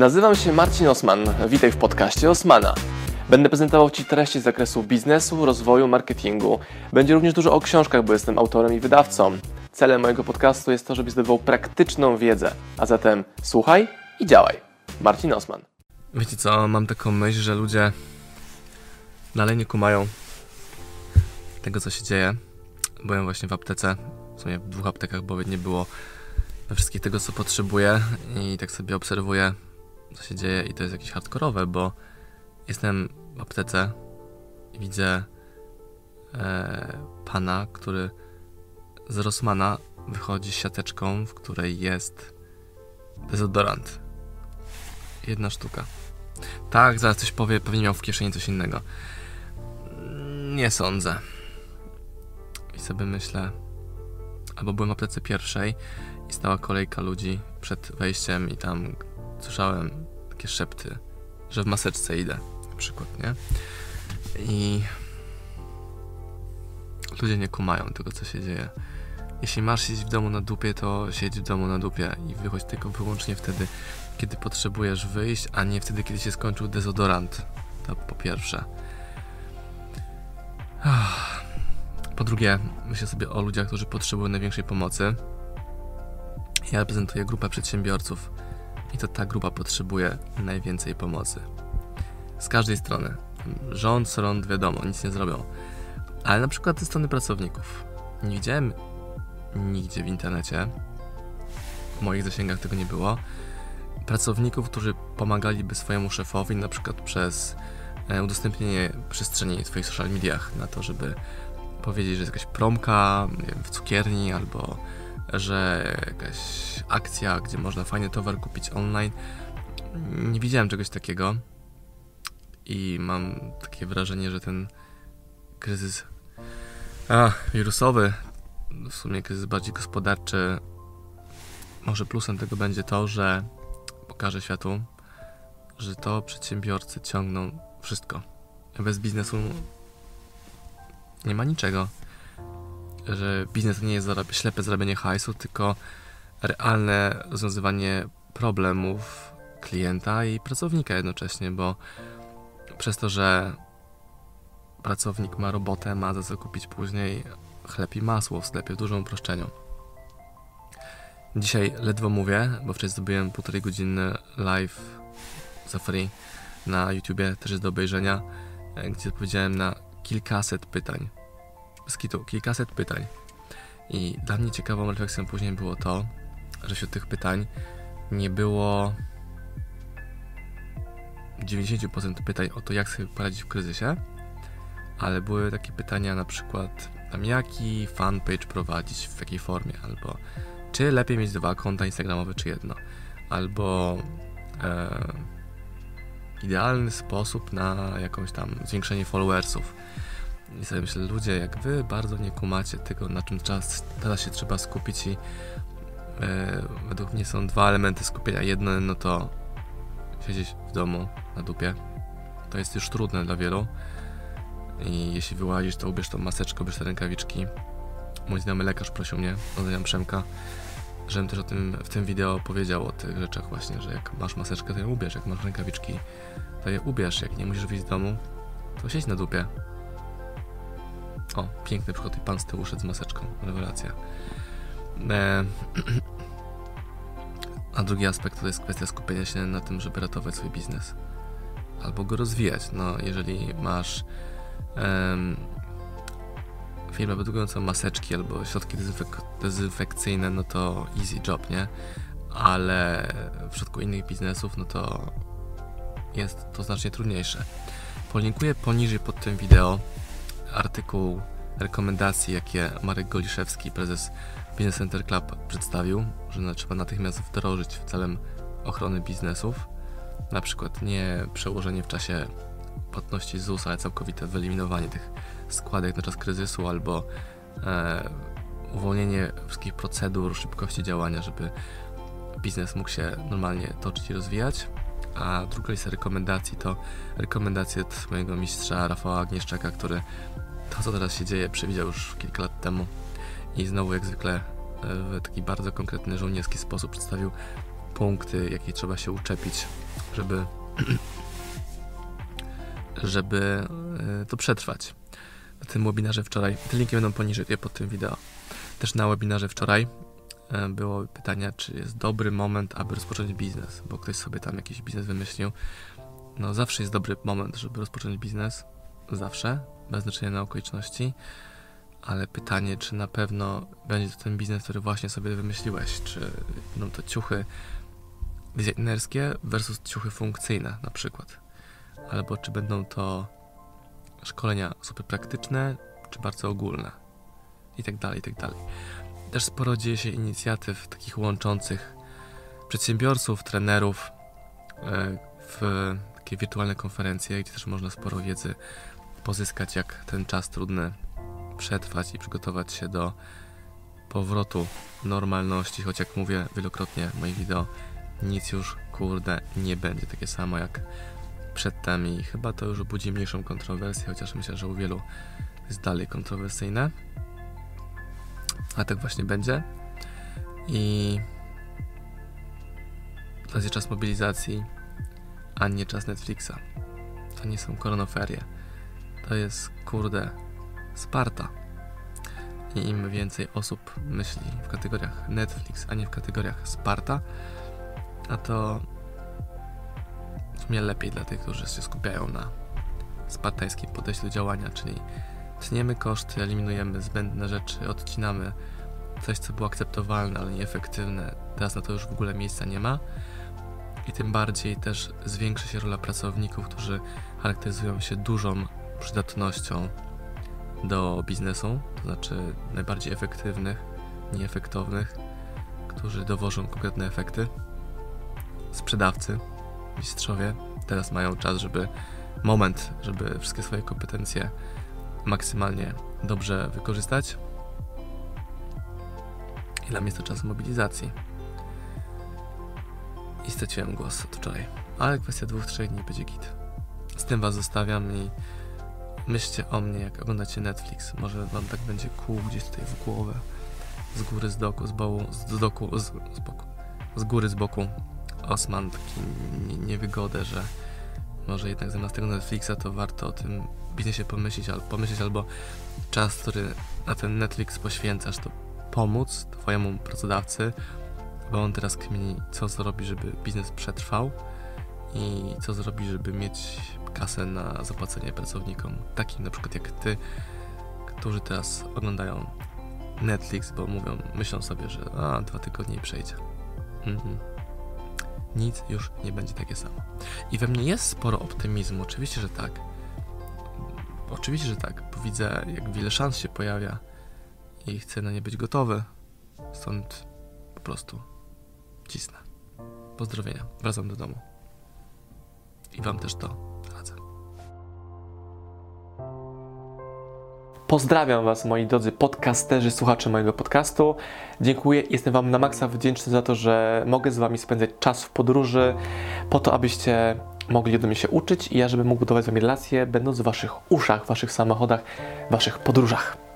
Nazywam się Marcin Osman, witaj w podcaście Osmana. Będę prezentował Ci treści z zakresu biznesu, rozwoju, marketingu. Będzie również dużo o książkach, bo jestem autorem i wydawcą. Celem mojego podcastu jest to, żebyś zdobywał praktyczną wiedzę. A zatem słuchaj i działaj. Marcin Osman. Wiecie co, mam taką myśl, że ludzie dalej nie kumają tego, co się dzieje. Byłem właśnie w aptece, w sumie w 2 aptekach, bo nie było we wszystkich tego, co potrzebuję i tak sobie obserwuję, co się dzieje i to jest jakieś hardkorowe, bo jestem w aptece i widzę pana, który z Rossmana wychodzi z siateczką, w której jest dezodorant. 1 sztuka. Tak, zaraz coś powie, pewnie miał w kieszeni coś innego. Nie sądzę. I sobie myślę, albo byłem w aptece pierwszej i stała kolejka ludzi przed wejściem i tam słyszałem takie szepty, że w maseczce idę, na przykład, nie? I ludzie nie kumają tego, co się dzieje. Jeśli masz siedzieć w domu na dupie, to siedź w domu na dupie i wychodź tylko wyłącznie wtedy, kiedy potrzebujesz wyjść, a nie wtedy, kiedy się skończył dezodorant. To po pierwsze. Po drugie, myślę sobie o ludziach, którzy potrzebują największej pomocy. Ja reprezentuję grupę przedsiębiorców i to ta grupa potrzebuje najwięcej pomocy. Z każdej strony. Rząd, wiadomo, nic nie zrobią. Ale na przykład ze strony pracowników. Nie widziałem nigdzie w internecie, w moich zasięgach tego nie było, pracowników, którzy pomagaliby swojemu szefowi na przykład przez udostępnienie przestrzeni w swoich social mediach na to, żeby powiedzieć, że jest jakaś promka w cukierni albo że jakaś akcja, gdzie można fajny towar kupić online. Nie widziałem czegoś takiego i mam takie wrażenie, że ten kryzys wirusowy, w sumie kryzys bardziej gospodarczy, może plusem tego będzie to, że pokaże światu, że to przedsiębiorcy ciągną wszystko. Bez biznesu nie ma niczego. Że biznes to nie jest ślepe zarabianie hajsu, tylko realne rozwiązywanie problemów klienta i pracownika jednocześnie, bo przez to, że pracownik ma robotę, ma za co kupić później chleb i masło w sklepie w dużym uproszczeniu. Dzisiaj ledwo mówię, bo wczoraj zdobyłem 1,5 godziny live za free na YouTubie, też jest do obejrzenia, gdzie odpowiedziałem na kilkaset pytań. Z kitu, kilkaset pytań. I dla mnie ciekawą refleksją później było to, że wśród tych pytań nie było 90% pytań o to, jak sobie poradzić w kryzysie, ale były takie pytania na przykład jaki fanpage prowadzić, w jakiej formie, albo czy lepiej mieć 2 konta instagramowe, czy 1, albo idealny sposób na jakąś tam zwiększenie followersów. I sobie myślę, ludzie, jak wy bardzo nie kumacie tego, na czym teraz się trzeba skupić i według mnie są 2 elementy skupienia. Jedno, no to siedzieć w domu na dupie. To jest już trudne dla wielu. I jeśli wyłazisz, to ubierz tą maseczkę, ubierz te rękawiczki. Mój znajomy lekarz prosił mnie, pozdrawiam Przemka, żebym też w tym wideo powiedział o tych rzeczach właśnie, że jak masz maseczkę, to je ubierz, jak masz rękawiczki, to je ubierz, jak nie musisz wyjść z domu, to siedź na dupie. O, piękny przykład, i pan z tyłu szedł z maseczką, rewelacja. A drugi aspekt to jest kwestia skupienia się na tym, żeby ratować swój biznes albo go rozwijać. No, jeżeli masz firmę produkującą maseczki albo środki dezynfekcyjne, no to easy job, nie? Ale w przypadku innych biznesów, no to jest to znacznie trudniejsze. Polinkuję poniżej pod tym wideo artykuł rekomendacji, jakie Marek Goliszewski, prezes Business Center Club, przedstawił, że trzeba natychmiast wdrożyć celem ochrony biznesów. Na przykład nie przełożenie w czasie płatności ZUS, ale całkowite wyeliminowanie tych składek na czas kryzysu, albo uwolnienie wszystkich procedur, szybkości działania, żeby biznes mógł się normalnie toczyć i rozwijać. A druga lista rekomendacji to rekomendacje od mojego mistrza Rafała Agnieszczaka, który to, co teraz się dzieje, przewidział już kilka lat temu i znowu jak zwykle w taki bardzo konkretny, żołnierski sposób przedstawił punkty, jakie trzeba się uczepić żeby to przetrwać. Na tym webinarze wczoraj, te linki będą poniżej pod tym wideo. Też na webinarze wczoraj było pytanie, czy jest dobry moment, aby rozpocząć biznes, bo ktoś sobie tam jakiś biznes wymyślił. No zawsze jest dobry moment, żeby rozpocząć biznes, zawsze, bez znaczenia na okoliczności, ale pytanie, czy na pewno będzie to ten biznes, który właśnie sobie wymyśliłeś, czy będą to ciuchy designerskie versus ciuchy funkcyjne na przykład, albo czy będą to szkolenia super praktyczne, czy bardzo ogólne i tak dalej, i tak dalej. Też sporo dzieje się inicjatyw takich łączących przedsiębiorców, trenerów w takie wirtualne konferencje, gdzie też można sporo wiedzy pozyskać, jak ten czas trudny przetrwać i przygotować się do powrotu normalności, choć jak mówię wielokrotnie w moich wideo, nic już nie będzie takie samo jak przedtem i chyba to już budzi mniejszą kontrowersję, chociaż myślę, że u wielu jest dalej kontrowersyjne. A tak właśnie będzie. I to jest czas mobilizacji, a nie czas Netflixa. To nie są koronaferie. To jest Sparta. I im więcej osób myśli w kategoriach Netflix, a nie w kategoriach Sparta, a to w sumie lepiej dla tych, którzy się skupiają na spartańskim podejściu do działania, czyli tniemy koszty, eliminujemy zbędne rzeczy, odcinamy coś, co było akceptowalne, ale nieefektywne. Teraz na to już w ogóle miejsca nie ma. I tym bardziej też zwiększy się rola pracowników, którzy charakteryzują się dużą przydatnością do biznesu, to znaczy najbardziej efektywnych, nieefektownych, którzy dowożą konkretne efekty. Sprzedawcy, mistrzowie teraz mają czas, żeby wszystkie swoje kompetencje maksymalnie dobrze wykorzystać. I dla mnie jest to czas mobilizacji. I straciłem głos od wczoraj. Ale kwestia 2-3 dni będzie git. Z tym was zostawiam i myślcie o mnie, jak oglądacie Netflix. Może wam tak będzie kół gdzieś tutaj w głowę. Z góry, z dołu, z góry, z boku. Osman taki niewygodę, że może jednak zamiast tego Netflixa to warto o tym biznesie pomyśleć albo czas, który na ten Netflix poświęcasz, to pomóc twojemu pracodawcy, bo on teraz kmini, co zrobi, żeby biznes przetrwał i co zrobi, żeby mieć kasę na zapłacenie pracownikom, takim na przykład jak ty, którzy teraz oglądają Netflix, bo myślą sobie, że 2 tygodnie i przejdzie. Nic już nie będzie takie samo. I we mnie jest sporo optymizmu, oczywiście, że tak. Oczywiście, że tak, bo widzę, jak wiele szans się pojawia i chcę na nie być gotowy. Stąd po prostu cisnę. Pozdrowienia. Wracam do domu. I wam też to radzę. Pozdrawiam was, moi drodzy podcasterzy, słuchacze mojego podcastu. Dziękuję, jestem wam na maksa wdzięczny za to, że mogę z wami spędzać czas w podróży, po to, abyście mogli ode mnie się uczyć i ja, żebym mógł budować z wami relacje, będąc w waszych uszach, w waszych samochodach, w waszych podróżach.